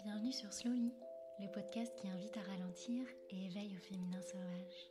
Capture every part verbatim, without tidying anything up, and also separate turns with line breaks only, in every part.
Bienvenue sur Slowly, le podcast qui invite à ralentir et éveille au féminin sauvage.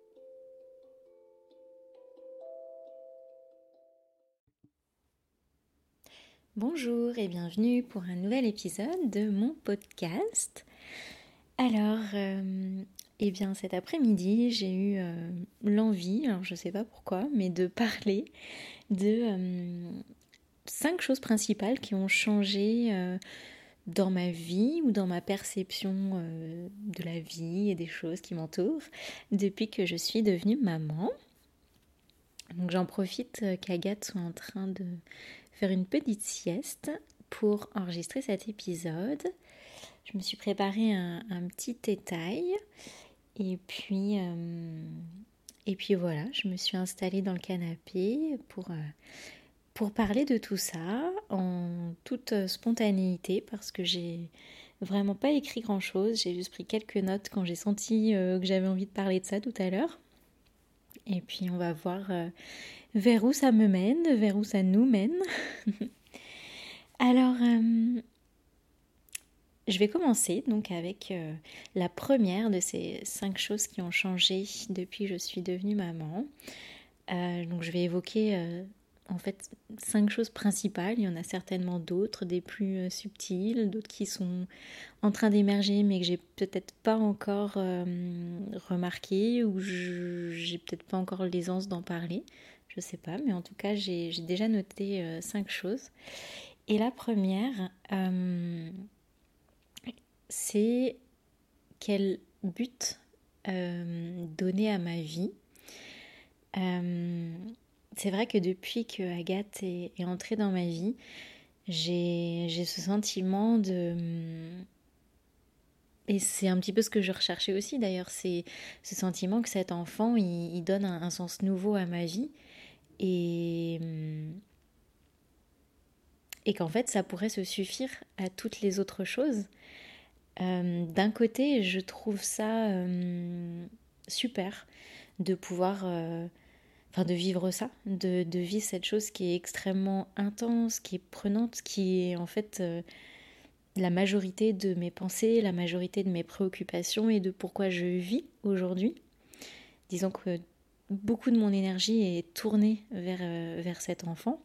Bonjour et bienvenue pour un nouvel épisode de mon podcast. Alors, euh, eh bien cet après-midi, j'ai eu euh, l'envie, alors je ne sais pas pourquoi, mais de parler de euh, cinq choses principales qui ont changé euh, dans ma vie ou dans ma perception euh, de la vie et des choses qui m'entourent depuis que je suis devenue maman. Donc j'en profite qu'Agathe soit en train de faire une petite sieste pour enregistrer cet épisode. Je me suis préparé un, un petit thé-taille et puis, euh, et puis voilà, je me suis installée dans le canapé pour... Euh, pour parler de tout ça en toute spontanéité parce que j'ai vraiment pas écrit grand chose, j'ai juste pris quelques notes quand j'ai senti euh, que j'avais envie de parler de ça tout à l'heure. Et puis on va voir euh, vers où ça me mène, vers où ça nous mène. Alors euh, je vais commencer donc avec euh, la première de ces cinq choses qui ont changé depuis que je suis devenue maman. Euh, donc je vais évoquer euh, en fait cinq choses principales. Il y en a certainement d'autres, des plus euh, subtiles, d'autres qui sont en train d'émerger mais que j'ai peut-être pas encore euh, remarqué ou je, j'ai peut-être pas encore l'aisance d'en parler. Je sais pas, mais en tout cas j'ai, j'ai déjà noté euh, cinq choses. Et la première, euh, c'est quel but euh, donner à ma vie. Euh, c'est vrai que depuis que Agathe est, est entrée dans ma vie, j'ai, j'ai ce sentiment de... Et c'est un petit peu ce que je recherchais aussi d'ailleurs, c'est ce sentiment que cet enfant, il, il donne un, un sens nouveau à ma vie et, et qu'en fait ça pourrait se suffire à toutes les autres choses. Euh, d'un côté, je trouve ça euh, super de pouvoir... Euh, Enfin, de vivre ça, de, de vivre cette chose qui est extrêmement intense, qui est prenante, qui est en fait euh, la majorité de mes pensées, la majorité de mes préoccupations et de pourquoi je vis aujourd'hui. Disons que beaucoup de mon énergie est tournée vers, euh, vers cet enfant.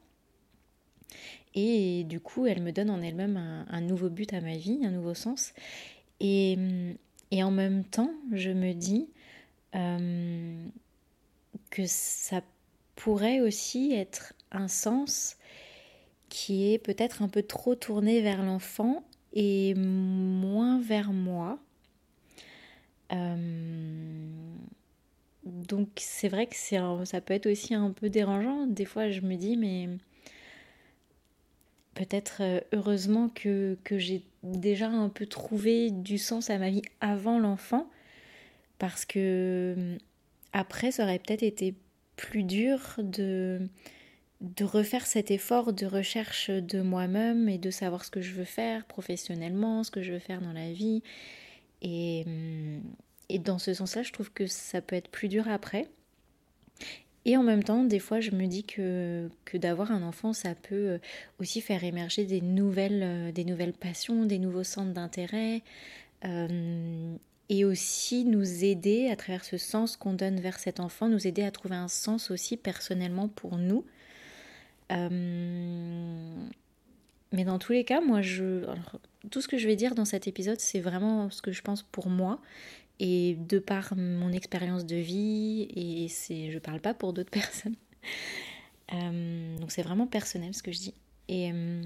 Et du coup, elle me donne en elle-même un, un nouveau but à ma vie, un nouveau sens. Et, et en même temps, je me dis... Euh, que ça pourrait aussi être un sens qui est peut-être un peu trop tourné vers l'enfant et moins vers moi. Euh... Donc c'est vrai que c'est un... ça peut être aussi un peu dérangeant. Des fois je me dis mais peut-être heureusement que, que j'ai déjà un peu trouvé du sens à ma vie avant l'enfant parce que après ça aurait peut-être été plus dur de, de refaire cet effort de recherche de moi-même et de savoir ce que je veux faire professionnellement, ce que je veux faire dans la vie. Et, et dans ce sens-là, je trouve que ça peut être plus dur après. Et en même temps, des fois, je me dis que, que d'avoir un enfant, ça peut aussi faire émerger des nouvelles, des nouvelles passions, des nouveaux centres d'intérêt. Euh, Et aussi nous aider, à travers ce sens qu'on donne vers cet enfant, nous aider à trouver un sens aussi personnellement pour nous. Euh... Mais dans tous les cas, moi, je... Alors, tout ce que je vais dire dans cet épisode, c'est vraiment ce que je pense pour moi. Et de par mon expérience de vie, et c'est... je parle pas pour d'autres personnes. Euh... Donc c'est vraiment personnel ce que je dis. Et, euh...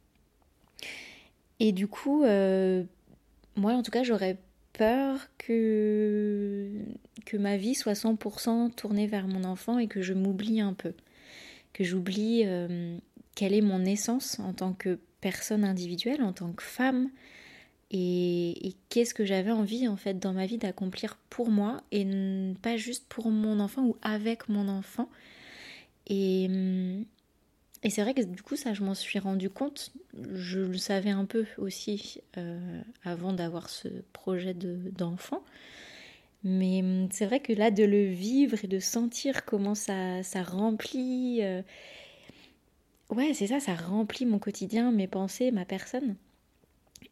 Et du coup, euh... moi en tout cas, j'aurais peur que, que ma vie soit cent pour cent tournée vers mon enfant et que je m'oublie un peu. Que j'oublie euh, quelle est mon essence en tant que personne individuelle, en tant que femme. Et, et qu'est-ce que j'avais envie en fait dans ma vie d'accomplir pour moi et n- pas juste pour mon enfant ou avec mon enfant. Et, et c'est vrai que du coup ça je m'en suis rendu compte, je le savais un peu aussi euh, avant d'avoir ce projet de, d'enfant. Mais c'est vrai que là de le vivre et de sentir comment ça, ça remplit... Euh, ouais c'est ça, ça remplit mon quotidien, mes pensées, ma personne.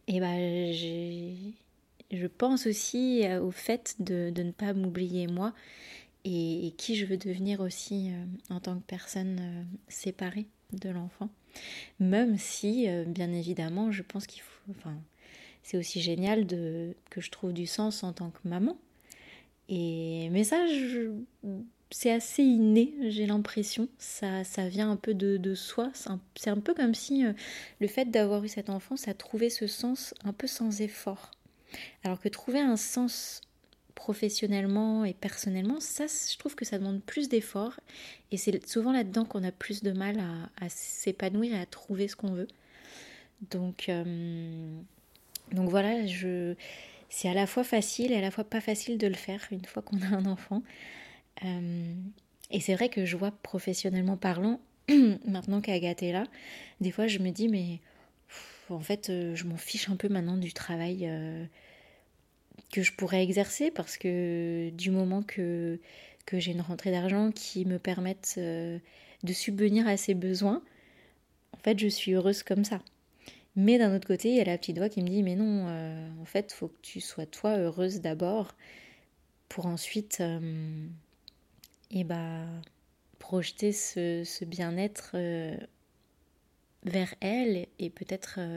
et bah, j'ai, je pense aussi au fait de, de ne pas m'oublier moi et, et qui je veux devenir aussi euh, en tant que personne euh, séparée de l'enfant. Même si, euh, bien évidemment, je pense qu'il faut... Enfin, c'est aussi génial de, que je trouve du sens en tant que maman. Et, mais ça, je, c'est assez inné, j'ai l'impression. Ça, ça vient un peu de, de soi. C'est un, c'est un peu comme si euh, le fait d'avoir eu cet enfant, ça trouvait ce sens un peu sans effort. Alors que trouver un sens professionnellement et personnellement, ça, je trouve que ça demande plus d'efforts. Et c'est souvent là-dedans qu'on a plus de mal à, à s'épanouir et à trouver ce qu'on veut. Donc, euh, donc voilà, je, c'est à la fois facile et à la fois pas facile de le faire une fois qu'on a un enfant. Euh, et c'est vrai que je vois professionnellement parlant, maintenant qu'Agathe est là, des fois je me dis mais pff, en fait euh, je m'en fiche un peu maintenant du travail euh, que je pourrais exercer parce que du moment que, que j'ai une rentrée d'argent qui me permette euh, de subvenir à ses besoins, en fait je suis heureuse comme ça. Mais d'un autre côté, il y a la petite voix qui me dit mais non, euh, en fait, il faut que tu sois toi heureuse d'abord pour ensuite euh, et bah, projeter ce, ce bien-être euh, vers elle et peut-être euh,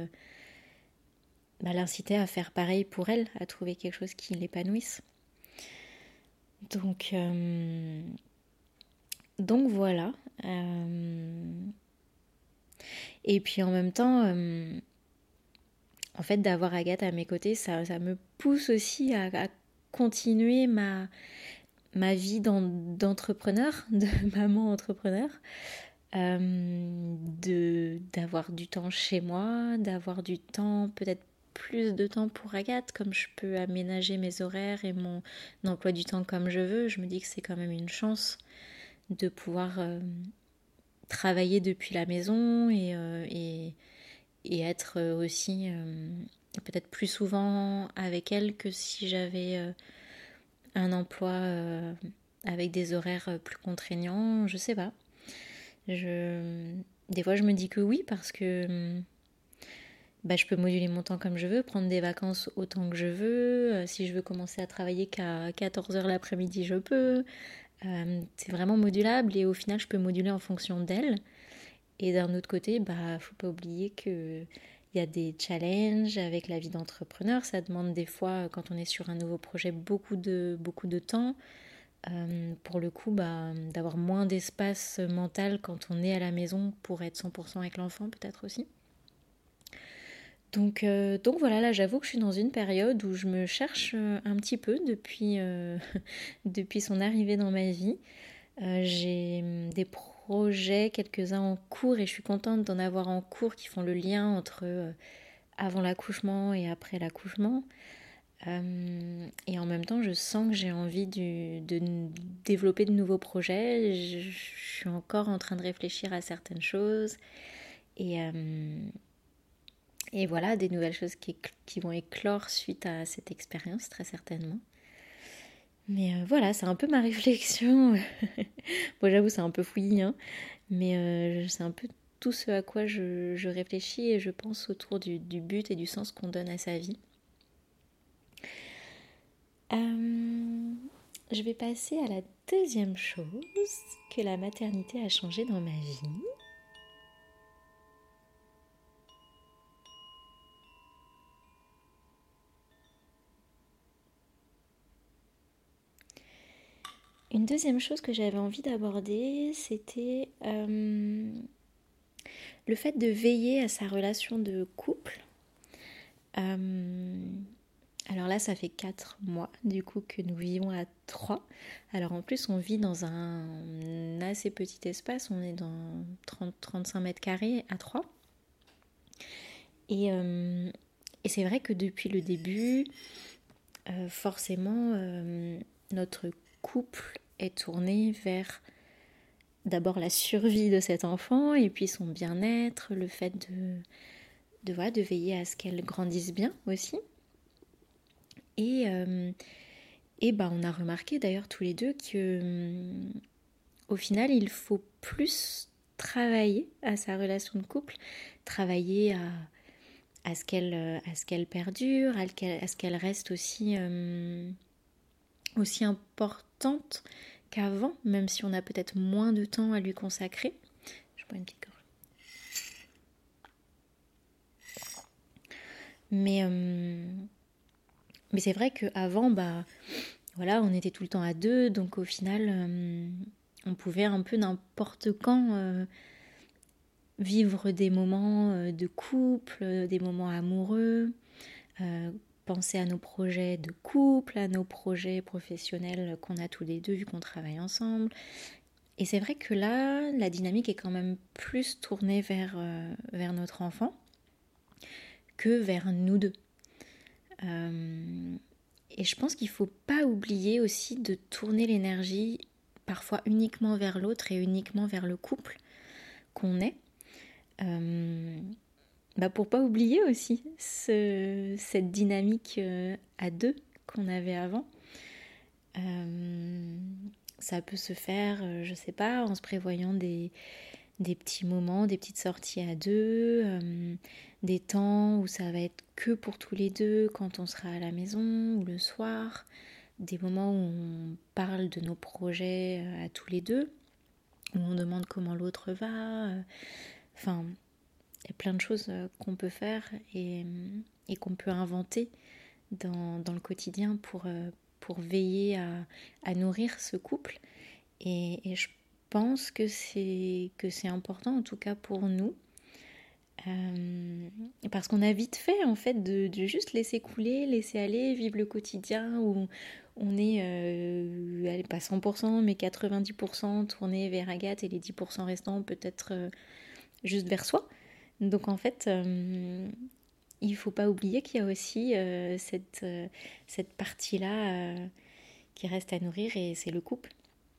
bah, l'inciter à faire pareil pour elle, à trouver quelque chose qui l'épanouisse. Donc, euh, donc voilà. Euh, et puis en même temps, euh, en fait, d'avoir Agathe à mes côtés, ça, ça me pousse aussi à, à continuer ma, ma vie d'entrepreneur, de maman entrepreneur, euh, de, d'avoir du temps chez moi, d'avoir du temps, peut-être plus de temps pour Agathe, comme je peux aménager mes horaires et mon emploi du temps comme je veux. Je me dis que c'est quand même une chance de pouvoir euh, travailler depuis la maison et, euh, et, et être aussi euh, peut-être plus souvent avec elle que si j'avais euh, un emploi euh, avec des horaires plus contraignants, je sais pas. Je... Des fois, je me dis que oui, parce que bah, je peux moduler mon temps comme je veux, prendre des vacances autant que je veux. Euh, si je veux commencer à travailler qu'à quatorze heures l'après-midi, je peux. Euh, c'est vraiment modulable et au final, je peux moduler en fonction d'elle. Et d'un autre côté, bah, faut pas oublier que il y a des challenges avec la vie d'entrepreneur. Ça demande des fois, quand on est sur un nouveau projet, beaucoup de, beaucoup de temps. Euh, pour le coup, bah, d'avoir moins d'espace mental quand on est à la maison pour être cent pour cent avec l'enfant, peut-être aussi. Donc, euh, donc voilà, là j'avoue que je suis dans une période où je me cherche euh, un petit peu depuis, euh, depuis son arrivée dans ma vie. Euh, j'ai hum, des projets, quelques-uns en cours et je suis contente d'en avoir en cours qui font le lien entre euh, avant l'accouchement et après l'accouchement. Euh, et en même temps, je sens que j'ai envie du, de développer de nouveaux projets. Je, je suis encore en train de réfléchir à certaines choses. Et, euh, et voilà, des nouvelles choses qui, qui vont éclore suite à cette expérience, très certainement. Mais euh, voilà, c'est un peu ma réflexion. Bon, j'avoue, c'est un peu fouillis, hein, mais euh, c'est un peu tout ce à quoi je, je réfléchis et je pense autour du, du but et du sens qu'on donne à sa vie. Euh, je vais passer à la deuxième chose que la maternité a changé dans ma vie. Une deuxième chose que j'avais envie d'aborder, c'était euh, le fait de veiller à sa relation de couple. Euh, alors là, ça fait quatre mois du coup que nous vivons à trois. Alors en plus, on vit dans un assez petit espace, on est dans trente à trente-cinq mètres carrés à trois. Et, euh, et c'est vrai que depuis le début, euh, forcément, euh, notre couple est tourné vers d'abord la survie de cet enfant et puis son bien-être, le fait de, de, voilà, de veiller à ce qu'elle grandisse bien aussi. Et, euh, et bah, on a remarqué d'ailleurs tous les deux que euh, au final, il faut plus travailler à sa relation de couple, travailler à, à ce qu'elle, à ce qu'elle perdure, à, qu'elle, à ce qu'elle reste aussi, euh, aussi importante qu'avant, même si on a peut-être moins de temps à lui consacrer. Je bois une petite gorgée. Mais, euh, mais c'est vrai qu'avant, bah, voilà, on était tout le temps à deux, donc au final, euh, on pouvait un peu n'importe quand euh, vivre des moments euh, de couple, euh, des moments amoureux, euh, penser à nos projets de couple, à nos projets professionnels qu'on a tous les deux vu qu'on travaille ensemble. Et c'est vrai que là, la dynamique est quand même plus tournée vers, euh, vers notre enfant que vers nous deux. Euh, et je pense qu'il ne faut pas oublier aussi de tourner l'énergie parfois uniquement vers l'autre et uniquement vers le couple qu'on est. Euh, bah pour pas oublier aussi ce, cette dynamique euh, à deux qu'on avait avant. Euh, ça peut se faire, euh, je sais pas, en se prévoyant des, des petits moments, des petites sorties à deux, euh, des temps où ça va être que pour tous les deux quand on sera à la maison ou le soir, des moments où on parle de nos projets euh, à tous les deux, où on demande comment l'autre va. euh, Enfin, il y a plein de choses euh, qu'on peut faire et, et qu'on peut inventer dans, dans le quotidien pour, euh, pour veiller à, à nourrir ce couple. Et, et je pense que c'est, que c'est important, en tout cas pour nous, euh, parce qu'on a vite fait en fait de, de juste laisser couler, laisser aller, vivre le quotidien où on est, euh, allez, pas cent pour cent, mais quatre-vingt-dix pour cent tourné vers Agathe et les dix pour cent restants peut-être euh, juste vers soi. Donc en fait, euh, il ne faut pas oublier qu'il y a aussi euh, cette, euh, cette partie-là euh, qui reste à nourrir et c'est le couple.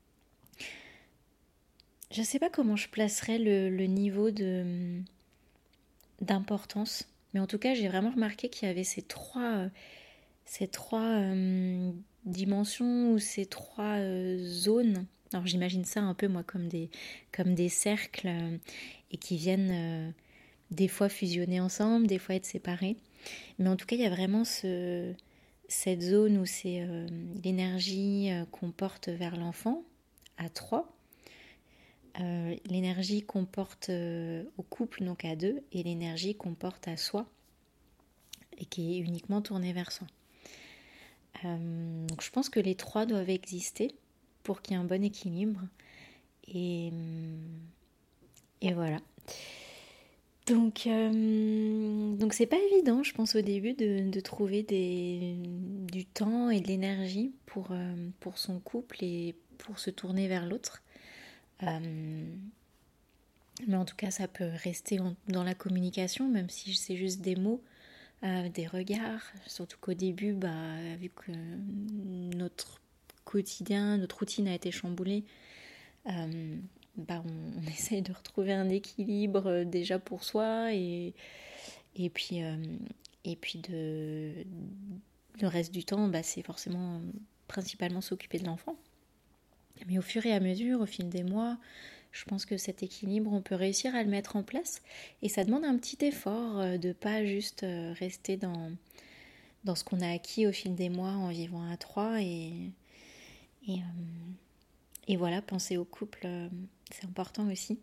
Je ne sais pas comment je placerais le, le niveau de, d'importance, mais en tout cas, j'ai vraiment remarqué qu'il y avait ces trois, ces trois euh, dimensions ou ces trois euh, zones. Alors j'imagine ça un peu moi comme des, comme des cercles euh, et qui viennent euh, des fois fusionner ensemble, des fois être séparés. Mais en tout cas, il y a vraiment ce, cette zone où c'est euh, l'énergie euh, qu'on porte vers l'enfant à trois, euh, l'énergie qu'on porte euh, au couple, donc à deux, et l'énergie qu'on porte à soi et qui est uniquement tournée vers soi. Euh, donc je pense que les trois doivent exister pour qu'il y ait un bon équilibre. Et, et voilà. Donc, euh, donc c'est pas évident, je pense, au début de, de trouver des, du temps et de l'énergie pour, euh, pour son couple et pour se tourner vers l'autre. Euh, mais en tout cas, ça peut rester en, dans la communication, même si c'est juste des mots, euh, des regards. Surtout qu'au début, bah, vu que notre quotidien, notre routine a été chamboulée, euh, bah on, on essaye de retrouver un équilibre euh, déjà pour soi et, et puis, euh, et puis de, le reste du temps, bah, c'est forcément principalement s'occuper de l'enfant. Mais au fur et à mesure, au fil des mois, je pense que cet équilibre, on peut réussir à le mettre en place. Et ça demande un petit effort euh, de pas juste euh, rester dans, dans ce qu'on a acquis au fil des mois en vivant à trois. Et, et, euh, et voilà, penser au couple, euh, c'est important aussi.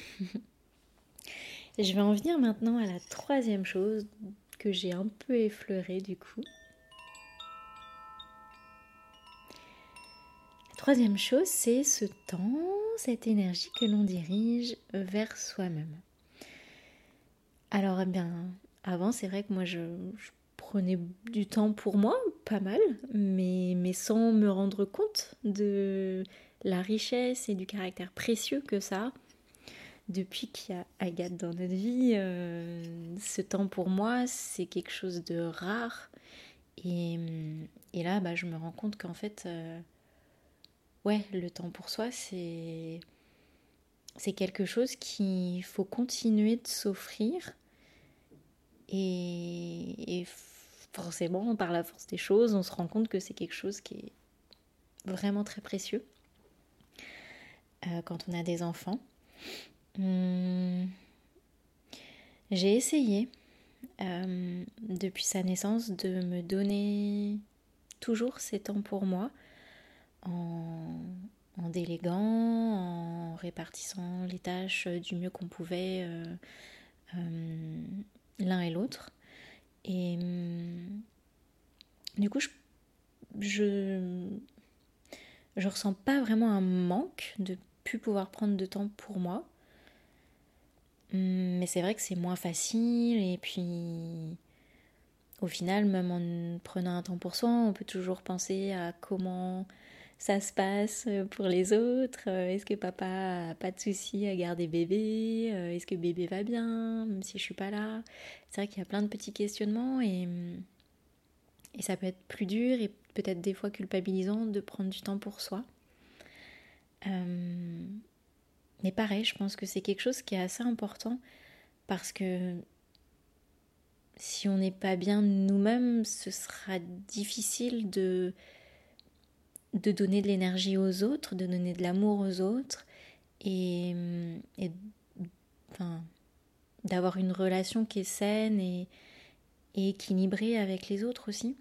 Je vais en venir maintenant à la troisième chose que j'ai un peu effleurée du coup. La troisième chose, c'est ce temps, cette énergie que l'on dirige vers soi-même. Alors, eh bien, avant, c'est vrai que moi, je, je prenais du temps pour moi, pas mal, mais, mais sans me rendre compte de la richesse et du caractère précieux que ça a. Depuis qu'il y a Agathe dans notre vie, euh, ce temps pour moi, c'est quelque chose de rare. Et, et là, bah, je me rends compte qu'en fait, euh, ouais, le temps pour soi, c'est, c'est quelque chose qu'il faut continuer de s'offrir. Et, et forcément, par la force des choses, on se rend compte que c'est quelque chose qui est vraiment très précieux euh, quand on a des enfants. Hum, j'ai essayé euh, depuis sa naissance, de me donner toujours ces temps pour moi, en, en déléguant, en répartissant les tâches du mieux qu'on pouvait euh, euh, l'un et l'autre. Et euh, du coup, je, je, je ressens pas vraiment un manque de plus pouvoir prendre de temps pour moi. Mais c'est vrai que c'est moins facile et puis au final, même en prenant un temps pour soi, on peut toujours penser à comment ça se passe pour les autres. Est-ce que papa a pas de soucis à garder bébé? Est-ce que bébé va bien, même si je suis pas là? C'est vrai qu'il y a plein de petits questionnements et, et ça peut être plus dur et peut-être des fois culpabilisant de prendre du temps pour soi. Euh, mais pareil, je pense que c'est quelque chose qui est assez important parce que si on n'est pas bien nous-mêmes, ce sera difficile de, de donner de l'énergie aux autres, de donner de l'amour aux autres et, et enfin, d'avoir une relation qui est saine et, et équilibrée avec les autres aussi.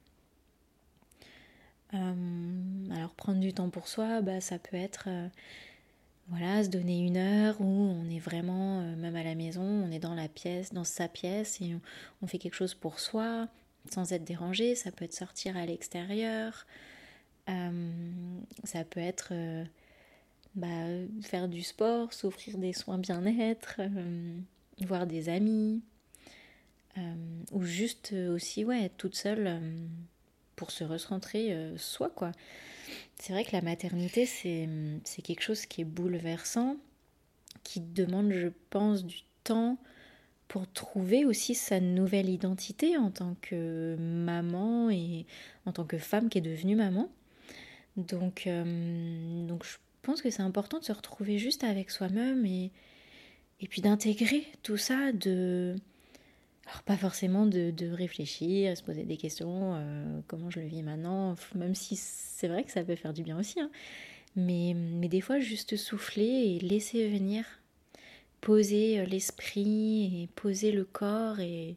Euh, alors prendre du temps pour soi, bah, ça peut être euh, voilà, se donner une heure où on est vraiment, euh, même à la maison, on est dans la pièce, dans sa pièce et on, on fait quelque chose pour soi sans être dérangé. Ça peut être sortir à l'extérieur, euh, ça peut être euh, bah, faire du sport, s'offrir des soins bien-être, euh, voir des amis, euh, ou juste aussi ouais, être toute seule euh, pour se recentrer euh, soi quoi. C'est vrai que la maternité c'est, c'est quelque chose qui est bouleversant, qui demande je pense du temps pour trouver aussi sa nouvelle identité en tant que maman et en tant que femme qui est devenue maman. Donc, euh, donc je pense que c'est important de se retrouver juste avec soi-même et, et puis d'intégrer tout ça, de... Alors pas forcément de, de réfléchir, se poser des questions, euh, comment je le vis maintenant, même si c'est vrai que ça peut faire du bien aussi, hein. mais, mais des fois juste souffler et laisser venir, poser l'esprit et poser le corps et,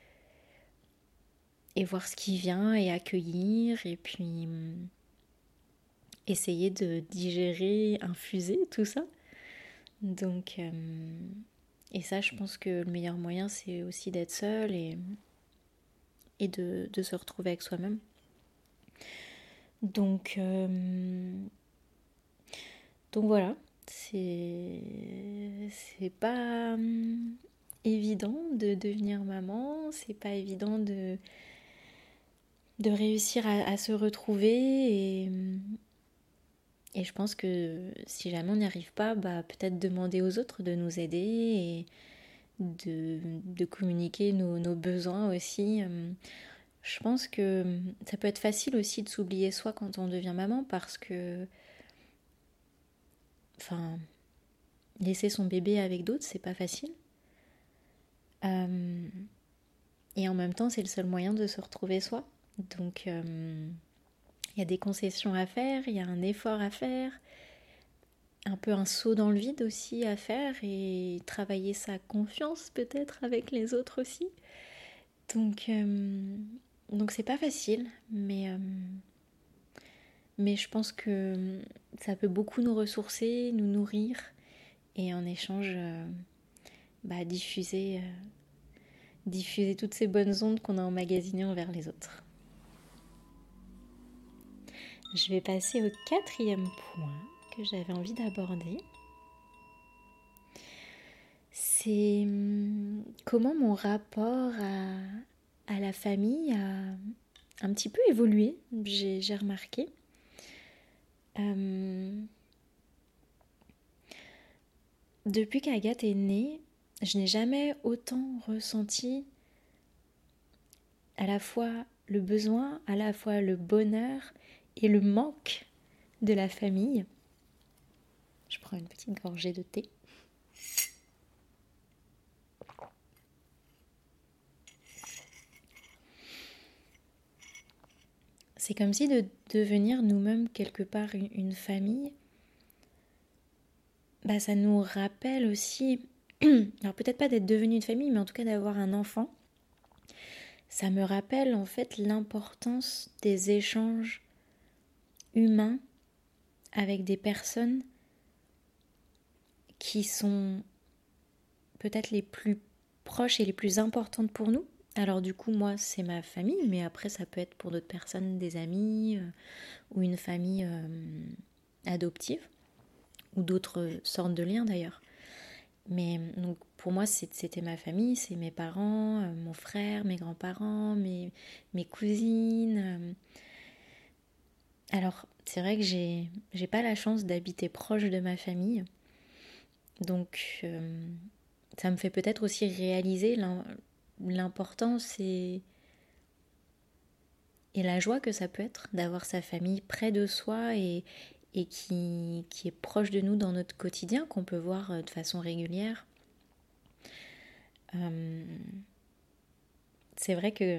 et voir ce qui vient et accueillir et puis essayer de digérer, infuser tout ça. Donc, euh, et ça, je pense que le meilleur moyen, c'est aussi d'être seul et, et de, de se retrouver avec soi-même. Donc, euh, donc voilà, c'est, c'est pas hum, évident de devenir maman, c'est pas évident de, de réussir à, à se retrouver et, et je pense que si jamais on n'y arrive pas, bah, peut-être demander aux autres de nous aider et de, de communiquer nos, nos besoins aussi. Je pense que ça peut être facile aussi de s'oublier soi quand on devient maman parce que, enfin, laisser son bébé avec d'autres, c'est pas facile. Euh, et en même temps, c'est le seul moyen de se retrouver soi. Donc, il euh, y a des concessions à faire, il y a un effort à faire, un peu un saut dans le vide aussi à faire et travailler sa confiance peut-être avec les autres aussi. Donc, euh, donc c'est pas facile, mais, euh, mais je pense que ça peut beaucoup nous ressourcer, nous nourrir et en échange euh, bah, diffuser, euh, diffuser toutes ces bonnes ondes qu'on a emmagasinées envers les autres. Je vais passer au quatrième point que j'avais envie d'aborder. C'est comment mon rapport à, à la famille a un petit peu évolué, j'ai, j'ai remarqué. Euh, depuis qu'Agathe est née, je n'ai jamais autant ressenti à la fois le besoin, à la fois le bonheur et le manque de la famille. Je prends une petite gorgée de thé. C'est comme si de devenir nous-mêmes quelque part une, une famille, bah ça nous rappelle aussi, alors peut-être pas d'être devenu une famille, mais en tout cas d'avoir un enfant. ça me rappelle en fait l'importance des échanges humains avec des personnes qui sont peut-être les plus proches et les plus importantes pour nous. Alors du coup, moi, c'est ma famille, mais après, ça peut être pour d'autres personnes, des amis euh, ou une famille euh, adoptive, ou d'autres sortes de liens d'ailleurs. Mais donc, pour moi, c'était ma famille, c'est mes parents, euh, mon frère, mes grands-parents, mes, mes cousines. Euh. Alors, c'est vrai que j'ai, j'ai pas la chance d'habiter proche de ma famille. Donc, euh, ça me fait peut-être aussi réaliser l'importance et, et la joie que ça peut être d'avoir sa famille près de soi et, et qui, qui est proche de nous dans notre quotidien, qu'on peut voir de façon régulière. Euh, c'est vrai que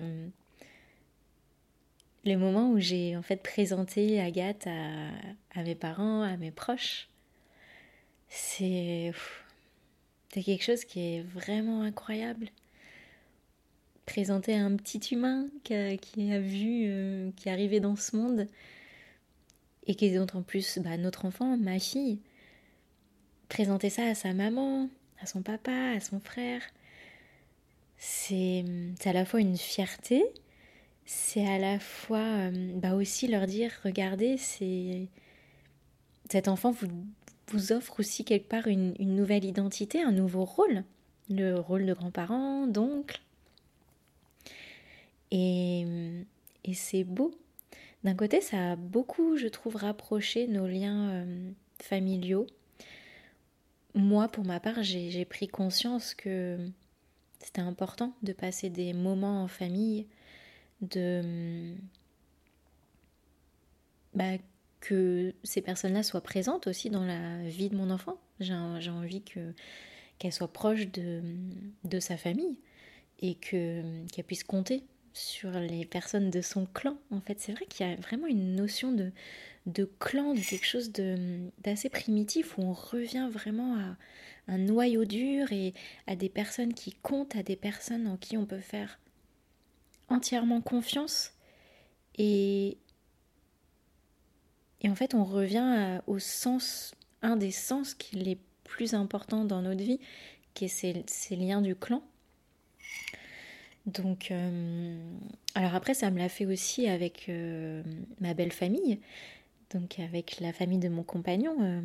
le moment où j'ai en fait présenté Agathe à, à mes parents, à mes proches, c'est, c'est quelque chose qui est vraiment incroyable. Présenter un petit humain qui a, qui a vu, euh, qui est arrivé dans ce monde et qui est en plus bah, notre enfant, ma fille. Présenter ça à sa maman, à son papa, à son frère, c'est, c'est à la fois une fierté, c'est à la fois euh, bah aussi leur dire, regardez, c'est, cet enfant vous, vous offre aussi quelque part une, une nouvelle identité, un nouveau rôle, le rôle de grand-parent, d'oncle. Et, et c'est beau. D'un côté, ça a beaucoup, je trouve, rapproché nos liens euh, familiaux. Moi, pour ma part, j'ai, j'ai pris conscience que c'était important de passer des moments en famille, de bah, que ces personnes-là soient présentes aussi dans la vie de mon enfant. J'ai, j'ai envie que, qu'elle soit proche de, de sa famille et que, qu'elle puisse compter sur les personnes de son clan. En fait, c'est vrai qu'il y a vraiment une notion de, de clan, de quelque chose de, d'assez primitif où on revient vraiment à un noyau dur et à des personnes qui comptent, à des personnes en qui on peut faire entièrement confiance. Et, et en fait, on revient à, au sens, un des sens qui est les plus importants dans notre vie, qui est ces, ces liens du clan. Donc, euh, alors après, ça me l'a fait aussi avec euh, ma belle famille, donc avec la famille de mon compagnon. Euh,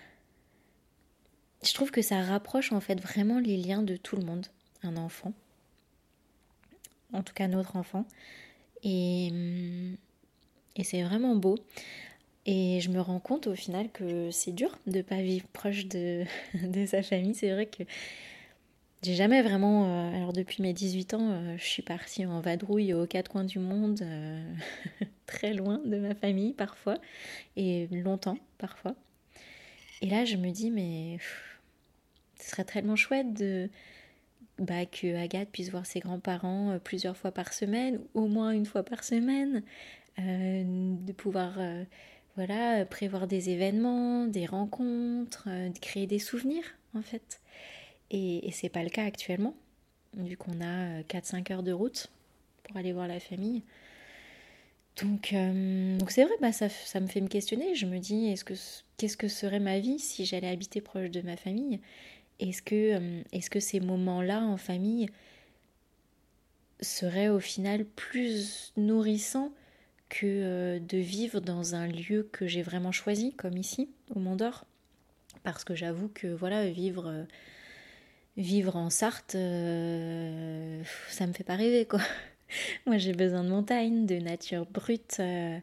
je trouve que ça rapproche en fait vraiment les liens de tout le monde, un enfant, en tout cas notre enfant, et, et c'est vraiment beau. Et je me rends compte au final que c'est dur de ne pas vivre proche de, de sa famille. C'est vrai que j'ai jamais vraiment... Euh, alors depuis mes dix-huit ans, euh, je suis partie en vadrouille aux quatre coins du monde, euh, très loin de ma famille parfois, et longtemps parfois. Et là je me dis, mais pff, ce serait tellement chouette de, bah, que Agathe puisse voir ses grands-parents euh, plusieurs fois par semaine, au moins une fois par semaine, euh, de pouvoir... Euh, Voilà, prévoir des événements, des rencontres, euh, de créer des souvenirs en fait. Et, et c'est pas le cas actuellement, vu qu'on a quatre à cinq heures de route pour aller voir la famille. Donc euh, donc c'est vrai, bah ça, ça me fait me questionner. Je me dis, est-ce que, qu'est-ce que serait ma vie si j'allais habiter proche de ma famille ? Est-ce que, euh, est-ce que ces moments-là en famille seraient au final plus nourrissants que euh, de vivre dans un lieu que j'ai vraiment choisi, comme ici, au Mont d'Or. Parce que j'avoue que voilà, vivre, euh, vivre en Sarthe, euh, ça me fait pas rêver, quoi. Moi, j'ai besoin de montagne, de nature brute. Euh...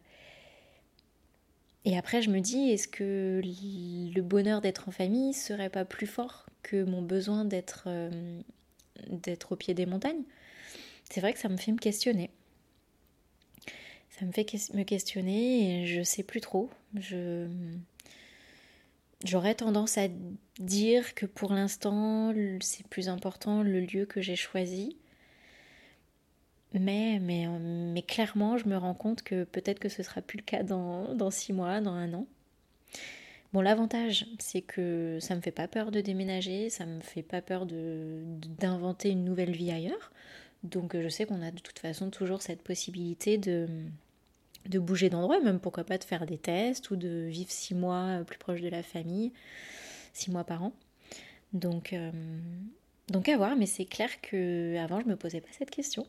Et après, je me dis, est-ce que le bonheur d'être en famille serait pas plus fort que mon besoin d'être, euh, d'être au pied des montagnes ? C'est vrai que ça me fait me questionner. Ça me fait me questionner et je sais plus trop. Je... J'aurais tendance à dire que pour l'instant, c'est plus important le lieu que j'ai choisi. Mais, mais, mais clairement, je me rends compte que peut-être que ce sera plus le cas dans, dans six mois, dans un an. Bon, l'avantage, c'est que ça me fait pas peur de déménager, ça me fait pas peur de, d'inventer une nouvelle vie ailleurs. Donc je sais qu'on a de toute façon toujours cette possibilité de, de bouger d'endroit, même pourquoi pas de faire des tests ou de vivre six mois plus proche de la famille, six mois par an. Donc, euh, donc à voir, mais c'est clair qu'avant je me posais pas cette question.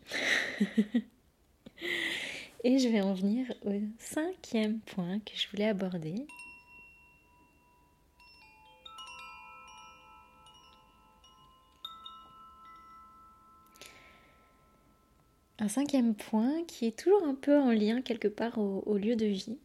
Et je vais en venir au cinquième point que je voulais aborder. Un cinquième point qui est toujours un peu en lien quelque part au, au lieu de vie.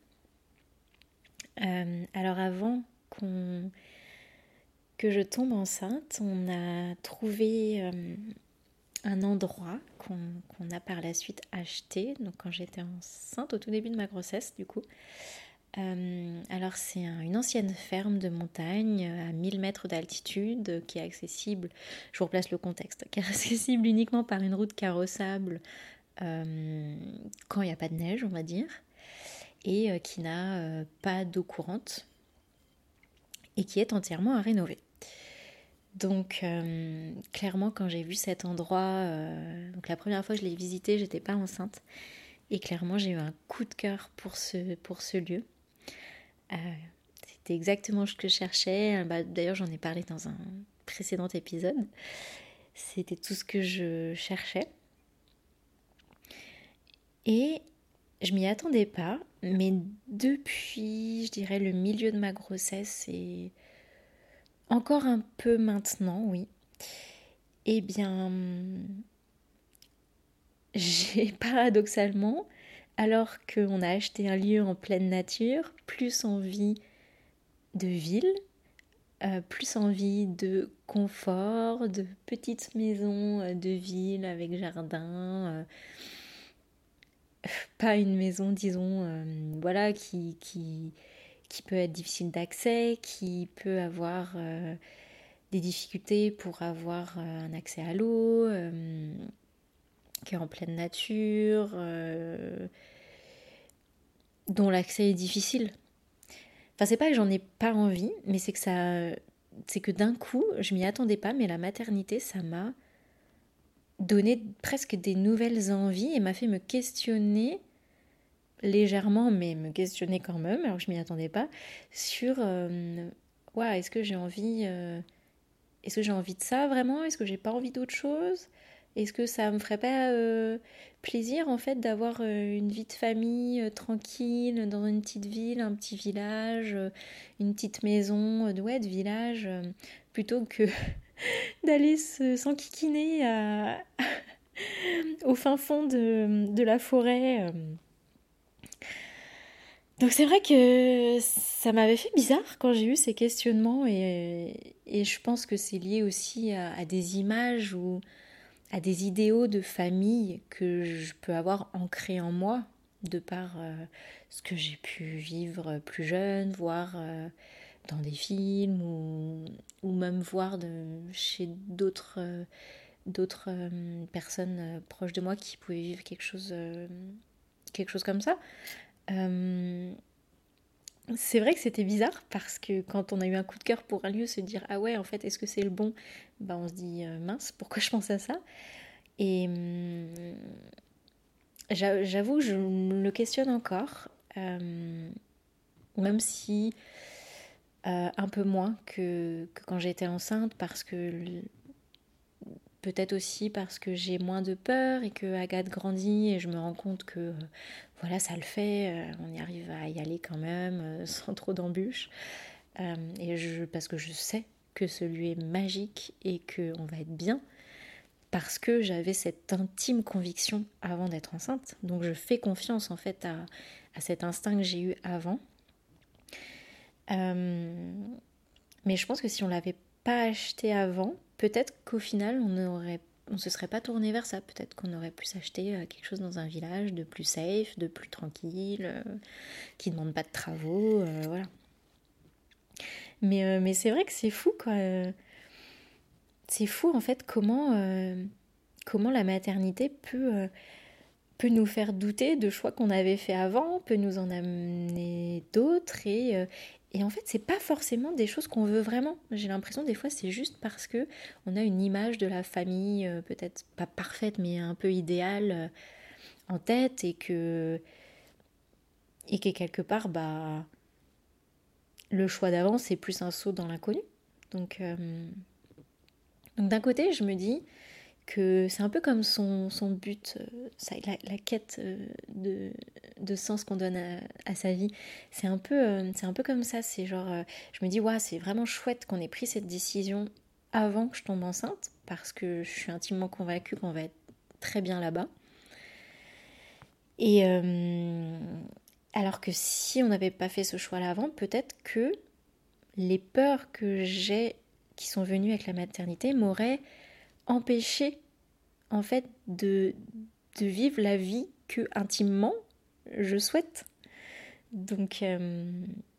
Euh, alors avant qu'on, que je tombe enceinte, on a trouvé euh, un endroit qu'on, qu'on a par la suite acheté. Donc quand j'étais enceinte, au tout début de ma grossesse du coup. Euh, alors c'est un, une ancienne ferme de montagne à mille mètres d'altitude qui est accessible, je vous replace le contexte, qui est accessible uniquement par une route carrossable euh, quand il n'y a pas de neige on va dire, et euh, qui n'a euh, pas d'eau courante et qui est entièrement à rénover. Donc euh, clairement quand j'ai vu cet endroit, euh, donc la première fois que je l'ai visité j'étais pas enceinte et clairement j'ai eu un coup de cœur pour ce, pour ce lieu. Euh, c'était exactement ce que je cherchais. Bah, d'ailleurs, j'en ai parlé dans un précédent épisode. C'était tout ce que je cherchais. Et je m'y attendais pas, mais depuis, je dirais, le milieu de ma grossesse et encore un peu maintenant, oui, eh bien, j'ai paradoxalement, alors qu'on a acheté un lieu en pleine nature, plus envie de ville, Euh, plus envie de confort, de petites maisons euh, de ville avec jardin, euh, pas une maison disons euh, voilà qui, qui, qui peut être difficile d'accès, qui peut avoir euh, des difficultés pour avoir euh, un accès à l'eau, euh, qui est en pleine nature, euh, dont l'accès est difficile. Enfin c'est pas que j'en ai pas envie, mais c'est que ça c'est que d'un coup, je m'y attendais pas, mais la maternité, ça m'a donné presque des nouvelles envies et m'a fait me questionner légèrement, mais me questionner quand même, alors que je m'y attendais pas, sur euh, ouais, est-ce que j'ai envie, euh, est-ce que j'ai envie de ça vraiment? Est-ce que j'ai pas envie d'autre chose? Est-ce que ça me ferait pas euh, plaisir en fait d'avoir euh, une vie de famille euh, tranquille dans une petite ville, un petit village, euh, une petite maison euh, de, ouais, de village, euh, plutôt que d'aller se, s'enquiquiner à, au fin fond de, de la forêt. euh. Donc c'est vrai que ça m'avait fait bizarre quand j'ai eu ces questionnements et, et je pense que c'est lié aussi à, à des images ou à des idéaux de famille que je peux avoir ancrés en moi de par euh, ce que j'ai pu vivre plus jeune, voir euh, dans des films ou, ou même voir de, chez d'autres, euh, d'autres euh, personnes euh, proches de moi qui pouvaient vivre quelque chose, euh, quelque chose comme ça. Euh, c'est vrai que c'était bizarre parce que quand on a eu un coup de cœur pour un lieu, se dire ah ouais en fait est-ce que c'est le bon, bah on se dit euh, mince pourquoi je pense à ça. Et hum, j'avoue que je me le questionne encore, euh, même si euh, un peu moins que, que quand j'étais enceinte, parce que peut-être aussi parce que j'ai moins de peur et que Agathe grandit et je me rends compte que euh, voilà ça le fait, euh, on y arrive à y aller quand même euh, sans trop d'embûches. Euh, et je, parce que je sais que ce lieu est magique et qu'on va être bien. Parce que j'avais cette intime conviction avant d'être enceinte. Donc je fais confiance en fait à, à cet instinct que j'ai eu avant. Euh, mais je pense que si on l'avait pas acheté avant, peut-être qu'au final on aurait, on se serait pas tourné vers ça. Peut-être qu'on aurait pu s'acheter quelque chose dans un village de plus safe, de plus tranquille, euh, qui ne demande pas de travaux, euh, voilà. Mais, euh, mais c'est vrai que c'est fou quoi. C'est fou en fait comment, euh, comment la maternité peut... Euh, peut nous faire douter de choix qu'on avait fait avant, peut nous en amener d'autres et, euh, et en fait c'est pas forcément des choses qu'on veut vraiment. J'ai l'impression des fois c'est juste parce que on a une image de la famille euh, peut-être pas parfaite mais un peu idéale euh, en tête et que et que quelque part bah le choix d'avant c'est plus un saut dans l'inconnu. Donc, euh, donc d'un côté je me dis que c'est un peu comme son, son but, euh, ça, la, la quête euh, de, de sens qu'on donne à, à sa vie. C'est un peu, euh, c'est un peu comme ça. C'est genre, euh, je me dis, ouais, c'est vraiment chouette qu'on ait pris cette décision avant que je tombe enceinte, parce que je suis intimement convaincue qu'on va être très bien là-bas. Et euh, alors que si on n'avait pas fait ce choix-là avant, peut-être que les peurs que j'ai qui sont venues avec la maternité m'auraient empêché en fait de, de vivre la vie que intimement je souhaite. Donc euh,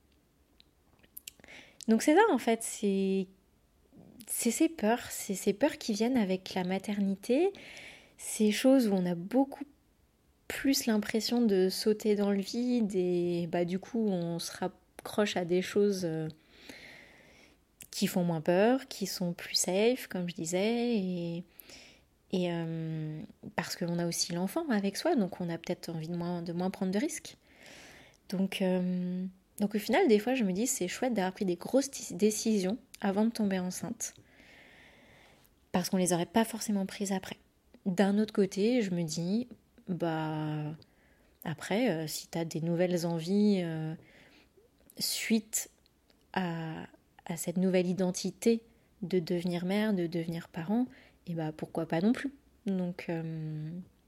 donc c'est ça en fait, c'est c'est ces peurs, c'est ces peurs qui viennent avec la maternité, ces choses où on a beaucoup plus l'impression de sauter dans le vide et bah du coup on se raccroche à des choses euh, qui font moins peur, qui sont plus safe comme je disais et Et euh, parce qu'on a aussi l'enfant avec soi, donc on a peut-être envie de moins, de moins prendre de risques. Donc, euh, donc au final, des fois, je me dis c'est chouette d'avoir pris des grosses t- décisions avant de tomber enceinte, parce qu'on les aurait pas forcément prises après. D'un autre côté, je me dis, bah après, euh, si tu as des nouvelles envies euh, suite à, à cette nouvelle identité de devenir mère, de devenir parent, et bah pourquoi pas non plus. Donc, euh,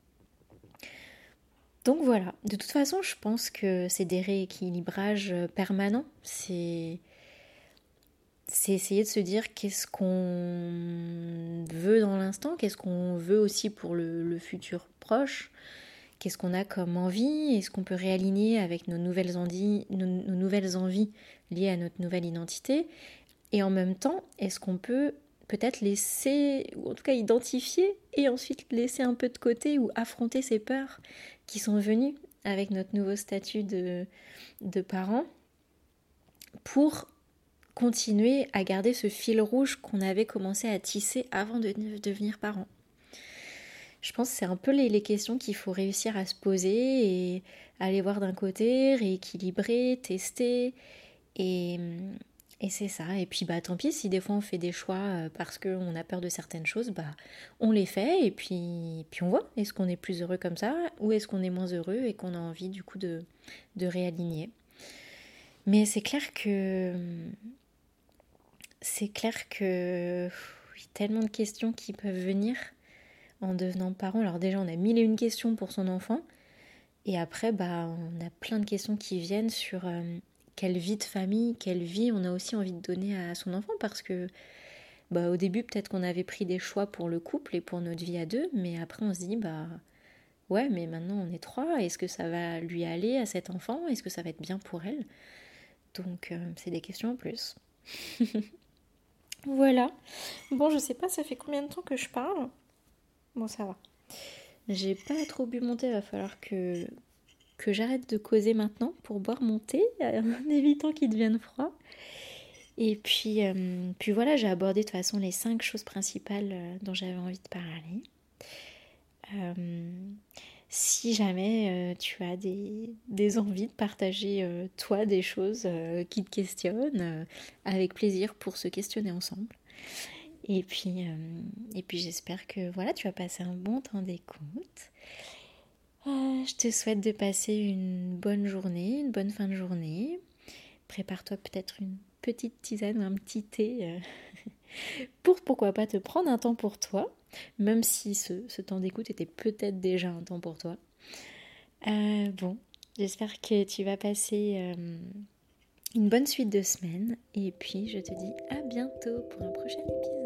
donc voilà. De toute façon, je pense que c'est des rééquilibrages permanents. C'est, c'est essayer de se dire qu'est-ce qu'on veut dans l'instant, qu'est-ce qu'on veut aussi pour le, le futur proche, qu'est-ce qu'on a comme envie, est-ce qu'on peut réaligner avec nos nouvelles, envies, nos, nos nouvelles envies liées à notre nouvelle identité. Et en même temps, est-ce qu'on peut peut-être laisser, ou en tout cas identifier, et ensuite laisser un peu de côté ou affronter ces peurs qui sont venues avec notre nouveau statut de, de parent pour continuer à garder ce fil rouge qu'on avait commencé à tisser avant de devenir parent. Je pense que c'est un peu les, les questions qu'il faut réussir à se poser et aller voir d'un côté, rééquilibrer, tester et... Et c'est ça. Et puis bah tant pis si des fois on fait des choix parce qu'on a peur de certaines choses, bah on les fait et puis, puis on voit. Est-ce qu'on est plus heureux comme ça ou est-ce qu'on est moins heureux et qu'on a envie du coup de, de réaligner. Mais c'est clair que c'est clair que il y a tellement de questions qui peuvent venir en devenant parent. Alors déjà on a mille et une questions pour son enfant et après bah on a plein de questions qui viennent sur euh, quelle vie de famille, quelle vie on a aussi envie de donner à son enfant parce que bah, au début peut-être qu'on avait pris des choix pour le couple et pour notre vie à deux, mais après on se dit bah ouais mais maintenant on est trois, est-ce que ça va lui aller à cet enfant, est-ce que ça va être bien pour elle? Donc euh, c'est des questions en plus. Voilà. Bon je sais pas ça fait combien de temps que je parle. Bon ça va. J'ai pas trop bu mon thé, va falloir que que j'arrête de causer maintenant pour boire mon thé en évitant qu'il devienne froid. Et puis, euh, puis voilà, j'ai abordé de toute façon les cinq choses principales euh, dont j'avais envie de parler. Euh, si jamais euh, tu as des, des envies de partager euh, toi des choses euh, qui te questionnent, euh, avec plaisir pour se questionner ensemble. Et puis, euh, et puis j'espère que voilà, tu vas passer un bon temps d'écoute. Euh, je te souhaite de passer une bonne journée, une bonne fin de journée. Prépare-toi peut-être une petite tisane, un petit thé euh, pour pourquoi pas te prendre un temps pour toi, même si ce, ce temps d'écoute était peut-être déjà un temps pour toi. Euh, bon, j'espère que tu vas passer euh, une bonne suite de semaine et puis je te dis à bientôt pour un prochain épisode.